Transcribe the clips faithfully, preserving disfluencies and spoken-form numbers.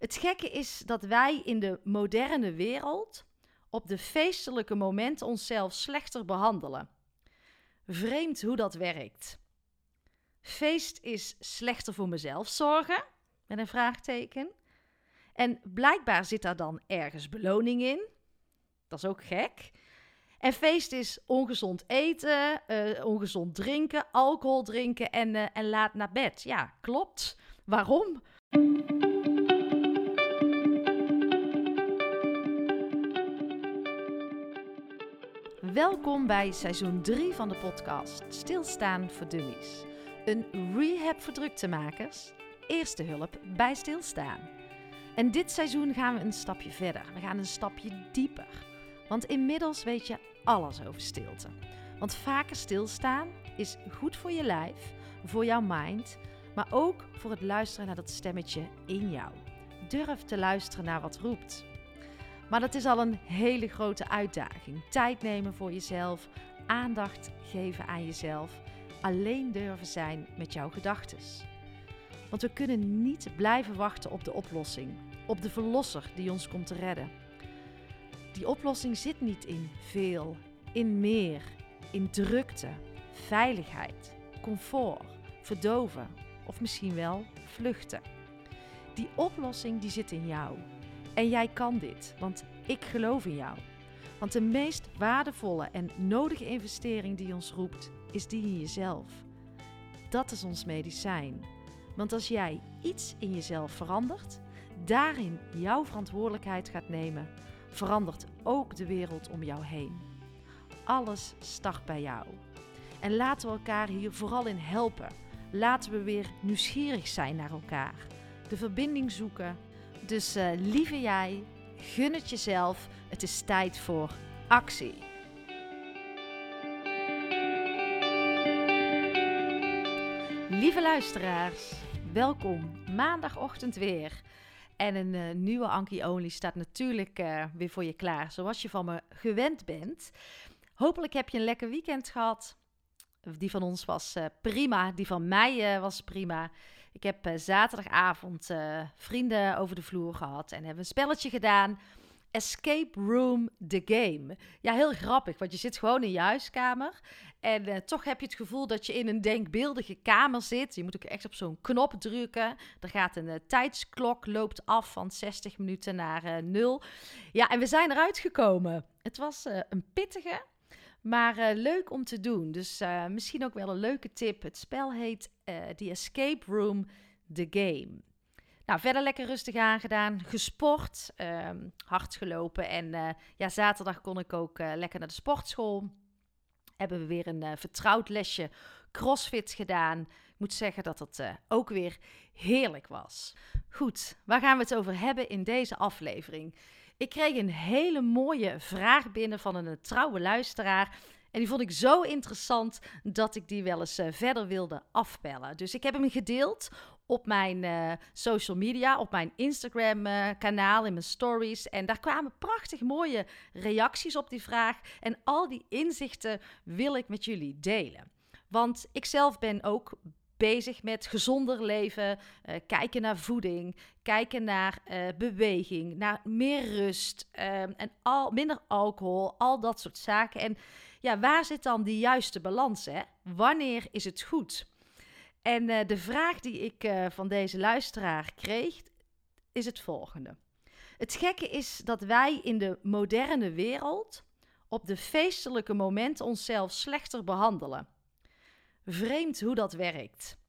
Het gekke is dat wij in de moderne wereld op de feestelijke momenten onszelf slechter behandelen. Vreemd hoe dat werkt. Feest is slechter voor mezelf zorgen, met een vraagteken. En blijkbaar zit daar dan ergens beloning in. Dat is ook gek. En feest is ongezond eten, uh, ongezond drinken, alcohol drinken en, uh, en laat naar bed. Ja, klopt. Waarom? Welkom bij seizoen drie van de podcast Stilstaan voor Dummies. Een rehab voor druktemakers, eerste hulp bij stilstaan. En dit seizoen gaan we een stapje verder. We gaan een stapje dieper. Want inmiddels weet je alles over stilte. Want vaker stilstaan is goed voor je lijf, voor jouw mind, maar ook voor het luisteren naar dat stemmetje in jou. Durf te luisteren naar wat roept. Maar dat is al een hele grote uitdaging. Tijd nemen voor jezelf, aandacht geven aan jezelf, alleen durven zijn met jouw gedachtes. Want we kunnen niet blijven wachten op de oplossing, op de verlosser die ons komt te redden. Die oplossing zit niet in veel, in meer, in drukte, veiligheid, comfort, verdoven of misschien wel vluchten. Die oplossing die zit in jou. En jij kan dit, want ik geloof in jou. Want de meest waardevolle en nodige investering die ons roept, is die in jezelf. Dat is ons medicijn. Want als jij iets in jezelf verandert, daarin jouw verantwoordelijkheid gaat nemen, verandert ook de wereld om jou heen. Alles start bij jou. En laten we elkaar hier vooral in helpen. Laten we weer nieuwsgierig zijn naar elkaar. De verbinding zoeken. Dus uh, lieve jij, gun het jezelf. Het is tijd voor actie. Lieve luisteraars, welkom. Maandagochtend weer. En een uh, nieuwe Ankie Only staat natuurlijk uh, weer voor je klaar, zoals je van me gewend bent. Hopelijk heb je een lekker weekend gehad. Die van ons was uh, prima, die van mij uh, was prima. Ik heb uh, zaterdagavond uh, vrienden over de vloer gehad en hebben een spelletje gedaan. Escape Room The Game. Ja, heel grappig, want je zit gewoon in je huiskamer. En uh, toch heb je het gevoel dat je in een denkbeeldige kamer zit. Je moet ook echt op zo'n knop drukken. Er gaat een uh, tijdsklok, loopt af van zestig minuten naar uh, nul. Ja, en we zijn eruit gekomen. Het was uh, een pittige, maar uh, leuk om te doen. Dus uh, misschien ook wel een leuke tip. Het spel heet uh, The Escape Room The Game. Nou, verder lekker rustig aangedaan, gesport, uh, hard gelopen en uh, ja, zaterdag kon ik ook uh, lekker naar de sportschool. Hebben we weer een uh, vertrouwd lesje CrossFit gedaan. Ik moet zeggen dat het uh, ook weer heerlijk was. Goed, waar gaan we het over hebben in deze aflevering? Ik kreeg een hele mooie vraag binnen van een trouwe luisteraar. En die vond ik zo interessant dat ik die wel eens uh, verder wilde afpellen. Dus ik heb hem gedeeld op mijn uh, social media, op mijn Instagram-kanaal, uh, in mijn stories. En daar kwamen prachtig mooie reacties op die vraag. En al die inzichten wil ik met jullie delen. Want ik zelf ben ook bezig met gezonder leven, uh, kijken naar voeding, kijken naar uh, beweging, naar meer rust uh, en al, minder alcohol, al dat soort zaken. En ja, waar zit dan die juiste balans, hè? Wanneer is het goed? En uh, de vraag die ik uh, van deze luisteraar kreeg, is het volgende. Het gekke is dat wij in de moderne wereld op de feestelijke momenten onszelf slechter behandelen. Vreemd hoe dat werkt.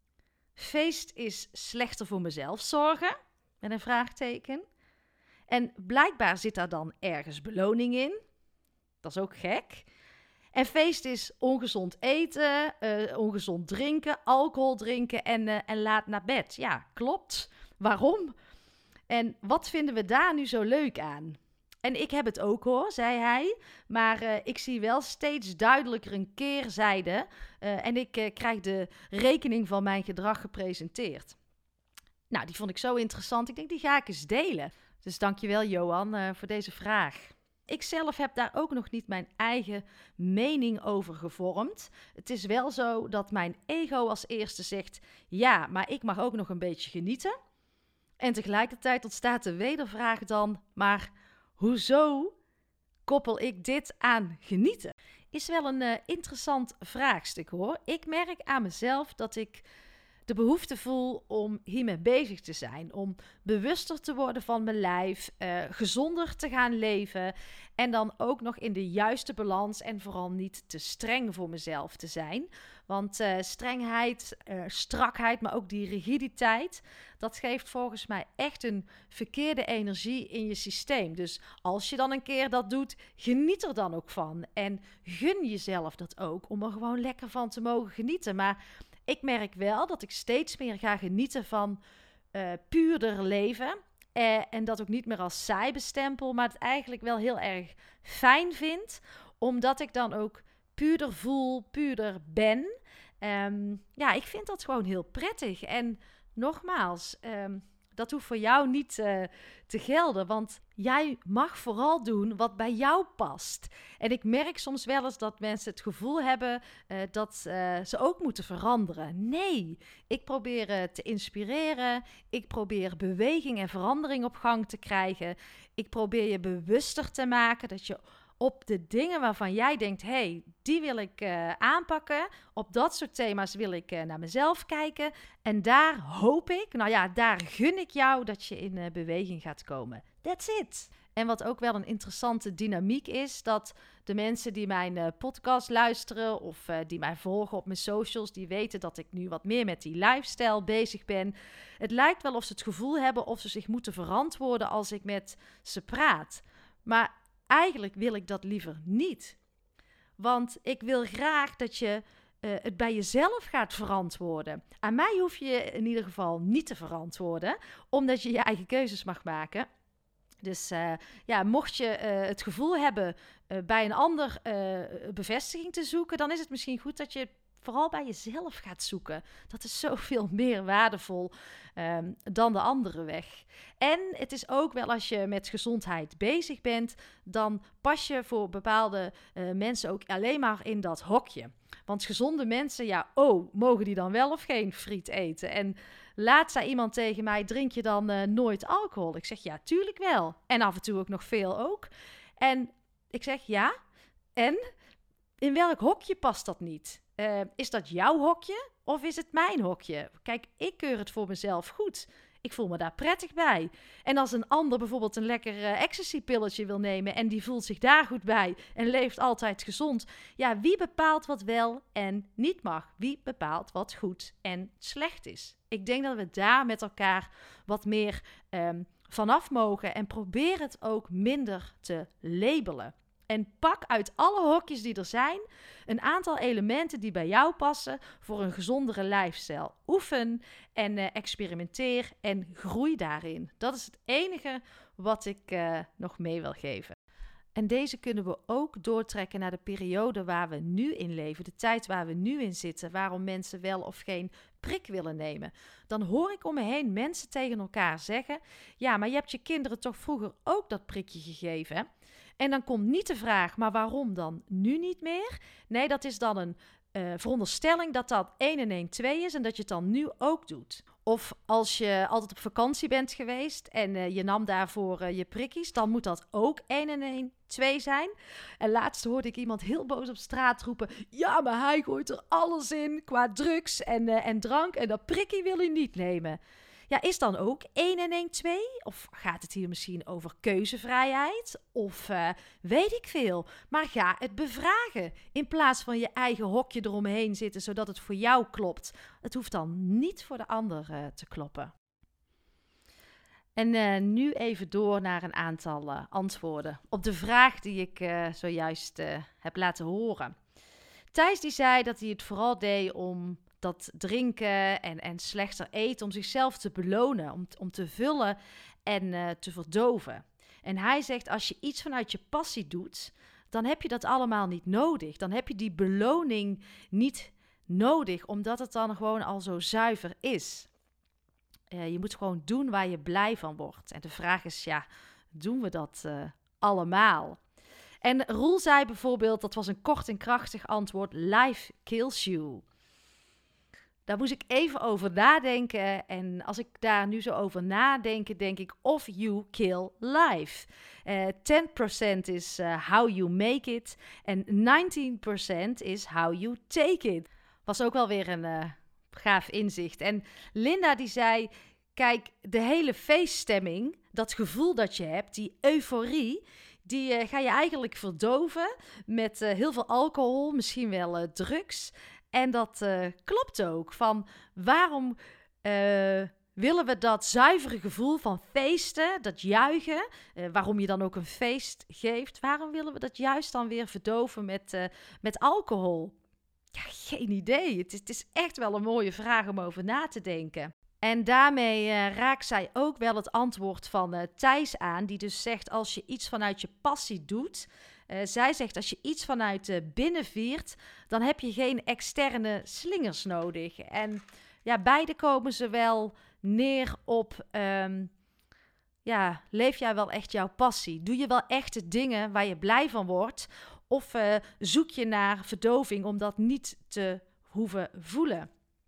Feest is slechter voor mezelf zorgen, met een vraagteken. En blijkbaar zit daar dan ergens beloning in. Dat is ook gek. En feest is ongezond eten, uh, ongezond drinken, alcohol drinken en, uh, en laat naar bed. Ja, klopt. Waarom? En wat vinden we daar nu zo leuk aan? En ik heb het ook hoor, zei hij. Maar uh, ik zie wel steeds duidelijker een keerzijde. Uh, en ik uh, krijg de rekening van mijn gedrag gepresenteerd. Nou, die vond ik zo interessant. Ik denk, die ga ik eens delen. Dus dankjewel Johan uh, voor deze vraag. Ik zelf heb daar ook nog niet mijn eigen mening over gevormd. Het is wel zo dat mijn ego als eerste zegt, ja, maar ik mag ook nog een beetje genieten. En tegelijkertijd ontstaat de wedervraag dan, maar hoezo koppel ik dit aan genieten? Is wel een uh, interessant vraagstuk hoor. Ik merk aan mezelf dat ik de behoefte voel om hiermee bezig te zijn. Om bewuster te worden van mijn lijf, uh, gezonder te gaan leven. En dan ook nog in de juiste balans en vooral niet te streng voor mezelf te zijn. Want uh, strengheid, uh, strakheid, maar ook die rigiditeit, dat geeft volgens mij echt een verkeerde energie in je systeem. Dus als je dan een keer dat doet, geniet er dan ook van. En gun jezelf dat ook, om er gewoon lekker van te mogen genieten. Maar ik merk wel dat ik steeds meer ga genieten van uh, puurder leven. Uh, en dat ook niet meer als saai bestempel, maar het eigenlijk wel heel erg fijn vind. Omdat ik dan ook puurder voel, puurder ben. Um, ja, ik vind dat gewoon heel prettig. En nogmaals, um, dat hoeft voor jou niet uh, te gelden. Want jij mag vooral doen wat bij jou past. En ik merk soms wel eens dat mensen het gevoel hebben uh, dat uh, ze ook moeten veranderen. Nee, ik probeer uh, te inspireren. Ik probeer beweging en verandering op gang te krijgen. Ik probeer je bewuster te maken dat je op de dingen waarvan jij denkt, hé, hey, die wil ik uh, aanpakken. Op dat soort thema's wil ik uh, naar mezelf kijken. En daar hoop ik, nou ja, daar gun ik jou dat je in uh, beweging gaat komen. That's it. En wat ook wel een interessante dynamiek is, dat de mensen die mijn uh, podcast luisteren of uh, die mij volgen op mijn socials, die weten dat ik nu wat meer met die lifestyle bezig ben. Het lijkt wel of ze het gevoel hebben of ze zich moeten verantwoorden als ik met ze praat. Maar eigenlijk wil ik dat liever niet. Want ik wil graag dat je uh, het bij jezelf gaat verantwoorden. Aan mij hoef je in ieder geval niet te verantwoorden, omdat je je eigen keuzes mag maken. Dus uh, ja, mocht je uh, het gevoel hebben uh, bij een ander uh, bevestiging te zoeken, dan is het misschien goed dat je vooral bij jezelf gaat zoeken. Dat is zoveel meer waardevol um, dan de andere weg. En het is ook wel, als je met gezondheid bezig bent, dan pas je voor bepaalde uh, mensen ook alleen maar in dat hokje. Want gezonde mensen, ja, oh, mogen die dan wel of geen friet eten? En laatst zei iemand tegen mij, drink je dan uh, nooit alcohol? Ik zeg, ja, tuurlijk wel. En af en toe ook nog veel ook. En ik zeg, ja, en in welk hokje past dat niet? Uh, is dat jouw hokje of is het mijn hokje? Kijk, ik keur het voor mezelf goed. Ik voel me daar prettig bij. En als een ander bijvoorbeeld een lekker uh, ecstasy-pilletje wil nemen en die voelt zich daar goed bij en leeft altijd gezond. Ja, wie bepaalt wat wel en niet mag? Wie bepaalt wat goed en slecht is? Ik denk dat we daar met elkaar wat meer um, vanaf mogen en probeer het ook minder te labelen. En pak uit alle hokjes die er zijn een aantal elementen die bij jou passen voor een gezondere lifestyle. Oefen en uh, experimenteer en groei daarin. Dat is het enige wat ik uh, nog mee wil geven. En deze kunnen we ook doortrekken naar de periode waar we nu in leven. De tijd waar we nu in zitten. Waarom mensen wel of geen prik willen nemen. Dan hoor ik om me heen mensen tegen elkaar zeggen, ja, maar je hebt je kinderen toch vroeger ook dat prikje gegeven, hè? En dan komt niet de vraag, maar waarom dan nu niet meer? Nee, dat is dan een uh, veronderstelling dat dat één en één twee is en dat je het dan nu ook doet. Of als je altijd op vakantie bent geweest en uh, je nam daarvoor uh, je prikkies, dan moet dat ook één en één twee zijn. En laatst hoorde ik iemand heel boos op straat roepen, ja, maar hij gooit er alles in qua drugs en, uh, en drank en dat prikkie wil hij niet nemen. Ja, is dan ook één en één twee? Of gaat het hier misschien over keuzevrijheid? Of uh, weet ik veel. Maar ga het bevragen. In plaats van je eigen hokje eromheen zitten, zodat het voor jou klopt. Het hoeft dan niet voor de ander uh, te kloppen. En uh, nu even door naar een aantal uh, antwoorden op de vraag die ik uh, zojuist uh, heb laten horen. Thijs die zei dat hij het vooral deed om dat drinken en, en slechter eten, om zichzelf te belonen, om, om te vullen en uh, te verdoven. En hij zegt, als je iets vanuit je passie doet, dan heb je dat allemaal niet nodig. Dan heb je die beloning niet nodig, omdat het dan gewoon al zo zuiver is. Uh, je moet gewoon doen waar je blij van wordt. En de vraag is, ja, doen we dat uh, allemaal? En Roel zei bijvoorbeeld, dat was een kort en krachtig antwoord, life kills you. Daar moest ik even over nadenken. En als ik daar nu zo over nadenk, denk ik of you kill life. Uh, ten percent is uh, how you make it. En negentien percent is how you take it. Was ook wel weer een uh, gaaf inzicht. En Linda die zei, kijk, de hele feeststemming, dat gevoel dat je hebt, die euforie, die uh, ga je eigenlijk verdoven met uh, heel veel alcohol, misschien wel uh, drugs. En dat uh, klopt ook. Van waarom uh, willen we dat zuivere gevoel van feesten, dat juichen, uh, waarom je dan ook een feest geeft, waarom willen we dat juist dan weer verdoven met, uh, met alcohol? Ja, geen idee. Het is, het is echt wel een mooie vraag om over na te denken. En daarmee uh, raakt zij ook wel het antwoord van uh, Thijs aan, die dus zegt als je iets vanuit je passie doet. Uh, zij zegt als je iets vanuit uh, binnen viert, dan heb je geen externe slingers nodig. En ja, beide komen ze wel neer op, um, ja, leef jij wel echt jouw passie? Doe je wel echt de dingen waar je blij van wordt? Of uh, zoek je naar verdoving om dat niet te hoeven voelen?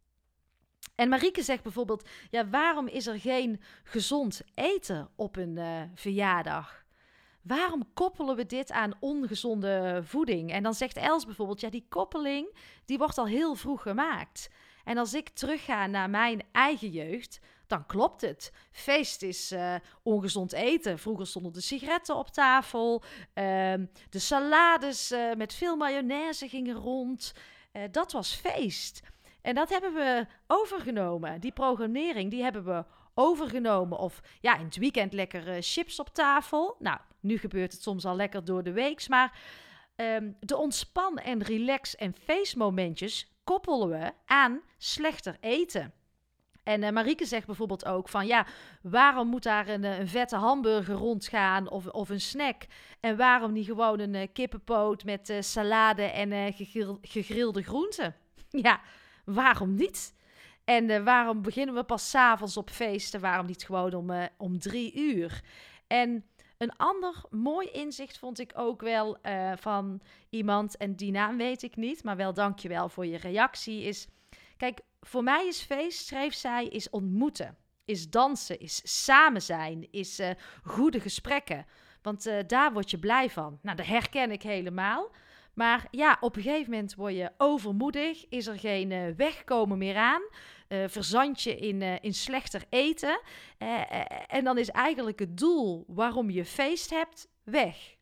En Marieke zegt bijvoorbeeld, ja, waarom is er geen gezond eten op een uh, verjaardag? Waarom koppelen we dit aan ongezonde voeding? En dan zegt Els bijvoorbeeld, ja, die koppeling, die wordt al heel vroeg gemaakt. En als ik terugga naar mijn eigen jeugd, dan klopt het. Feest is uh, ongezond eten. Vroeger stonden de sigaretten op tafel. Uh, de salades uh, met veel mayonaise gingen rond. Uh, dat was feest. En dat hebben we overgenomen. Die programmering, die hebben we overgenomen. Of ja, in het weekend lekker uh, chips op tafel. Nou, nu gebeurt het soms al lekker door de week. Maar um, de ontspan- en relax- en feestmomentjes koppelen we aan slechter eten. En uh, Marieke zegt bijvoorbeeld ook van, ja, waarom moet daar een, een vette hamburger rondgaan of, of een snack? En waarom niet gewoon een uh, kippenpoot met uh, salade en uh, gegril, gegrilde groenten? Ja, waarom niet? En uh, waarom beginnen we pas 's avonds op feesten? Waarom niet gewoon om, uh, om drie uur? En een ander mooi inzicht vond ik ook wel uh, van iemand, en die naam weet ik niet, maar wel dankjewel voor je reactie, is, kijk, voor mij is feest, schreef zij, is ontmoeten, is dansen, is samen zijn, is uh, goede gesprekken. Want uh, daar word je blij van. Nou, dat herken ik helemaal. Maar ja, op een gegeven moment word je overmoedig, is er geen uh, wegkomen meer aan, uh, verzand je in, uh, in slechter eten. Uh, uh, en dan is eigenlijk het doel waarom je feest hebt weg.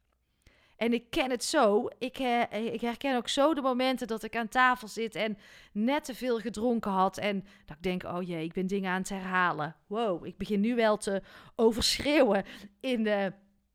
En ik ken het zo, ik, uh, ik herken ook zo de momenten dat ik aan tafel zit en net te veel gedronken had. En dat ik denk, oh jee, ik ben dingen aan het herhalen. Wow, ik begin nu wel te overschreeuwen in, de,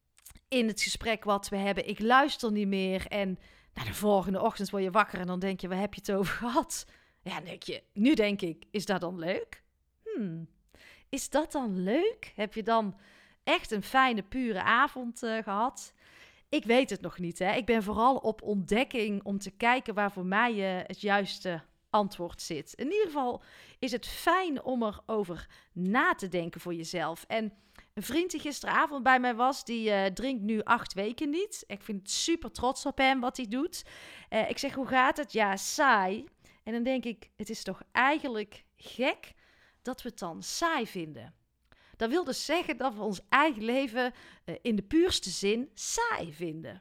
in het gesprek wat we hebben. Ik luister niet meer en nou, de volgende ochtend word je wakker en dan denk je, waar heb je het over gehad? Ja, dan denk je, nu denk ik, is dat dan leuk? Hmm, is dat dan leuk? Heb je dan echt een fijne, pure avond uh, gehad? Ik weet het nog niet, hè. Ik ben vooral op ontdekking om te kijken waar voor mij uh, het juiste antwoord zit. In ieder geval is het fijn om erover na te denken voor jezelf. En een vriend die gisteravond bij mij was, die uh, drinkt nu acht weken niet. Ik vind het super trots op hem wat hij doet. Uh, ik zeg, hoe gaat het? Ja, saai. En dan denk ik, het is toch eigenlijk gek dat we het dan saai vinden. Dat wil dus zeggen dat we ons eigen leven uh, in de puurste zin saai vinden.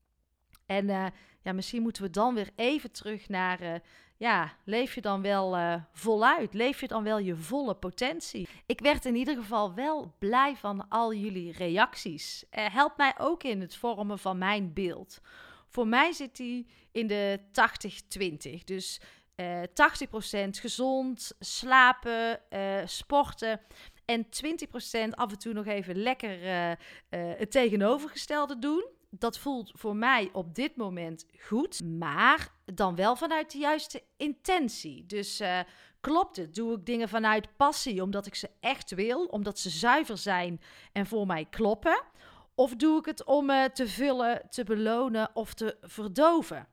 En uh, ja, misschien moeten we dan weer even terug naar, uh, ja, leef je dan wel uh, voluit? Leef je dan wel je volle potentie? Ik werd in ieder geval wel blij van al jullie reacties. Uh, helpt mij ook in het vormen van mijn beeld. Voor mij zit die in de tachtig twintig. Dus uh, tachtig procent gezond, slapen, uh, sporten. En twintig procent af en toe nog even lekker uh, uh, het tegenovergestelde doen. Dat voelt voor mij op dit moment goed. Maar dan wel vanuit de juiste intentie. Dus uh, klopt het? Doe ik dingen vanuit passie omdat ik ze echt wil? Omdat ze zuiver zijn en voor mij kloppen? Of doe ik het om uh, te vullen, te belonen of te verdoven?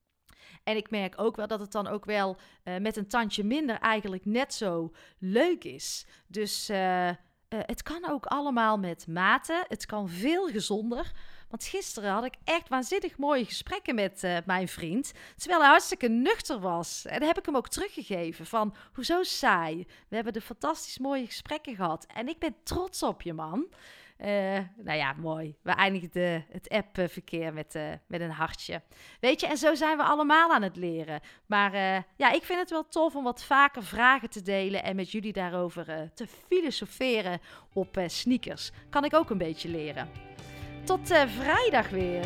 En ik merk ook wel dat het dan ook wel uh, met een tandje minder eigenlijk net zo leuk is. Dus uh, Uh, het kan ook allemaal met mate. Het kan veel gezonder. Want gisteren had ik echt waanzinnig mooie gesprekken met uh, mijn vriend. Terwijl hij hartstikke nuchter was. En dan heb ik hem ook teruggegeven van, hoezo saai? We hebben de fantastisch mooie gesprekken gehad. En ik ben trots op je, man. Uh, nou ja, mooi. We eindigen de, het app-verkeer met, uh, met een hartje. Weet je, en zo zijn we allemaal aan het leren. Maar uh, ja, ik vind het wel tof om wat vaker vragen te delen en met jullie daarover uh, te filosoferen op uh, sneakers. Kan ik ook een beetje leren. Tot uh, vrijdag weer.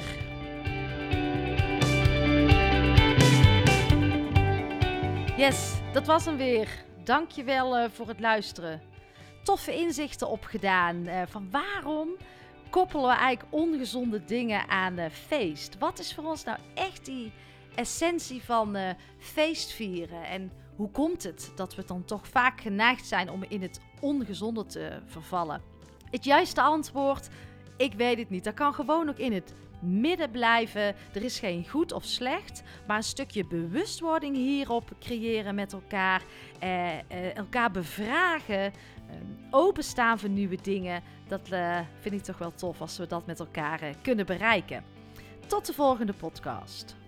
Yes, dat was hem weer. Dankjewel uh, voor het luisteren. Toffe inzichten opgedaan uh, van waarom koppelen we eigenlijk ongezonde dingen aan uh, feest. Wat is voor ons nou echt die essentie van uh, feestvieren? En hoe komt het dat we dan toch vaak geneigd zijn om in het ongezonde te vervallen? Het juiste antwoord, ik weet het niet. Dat kan gewoon ook in het midden blijven. Er is geen goed of slecht, maar een stukje bewustwording hierop creëren met elkaar. Eh, eh, elkaar bevragen, eh, openstaan voor nieuwe dingen. Dat uh, vind ik toch wel tof als we dat met elkaar uh, kunnen bereiken. Tot de volgende podcast.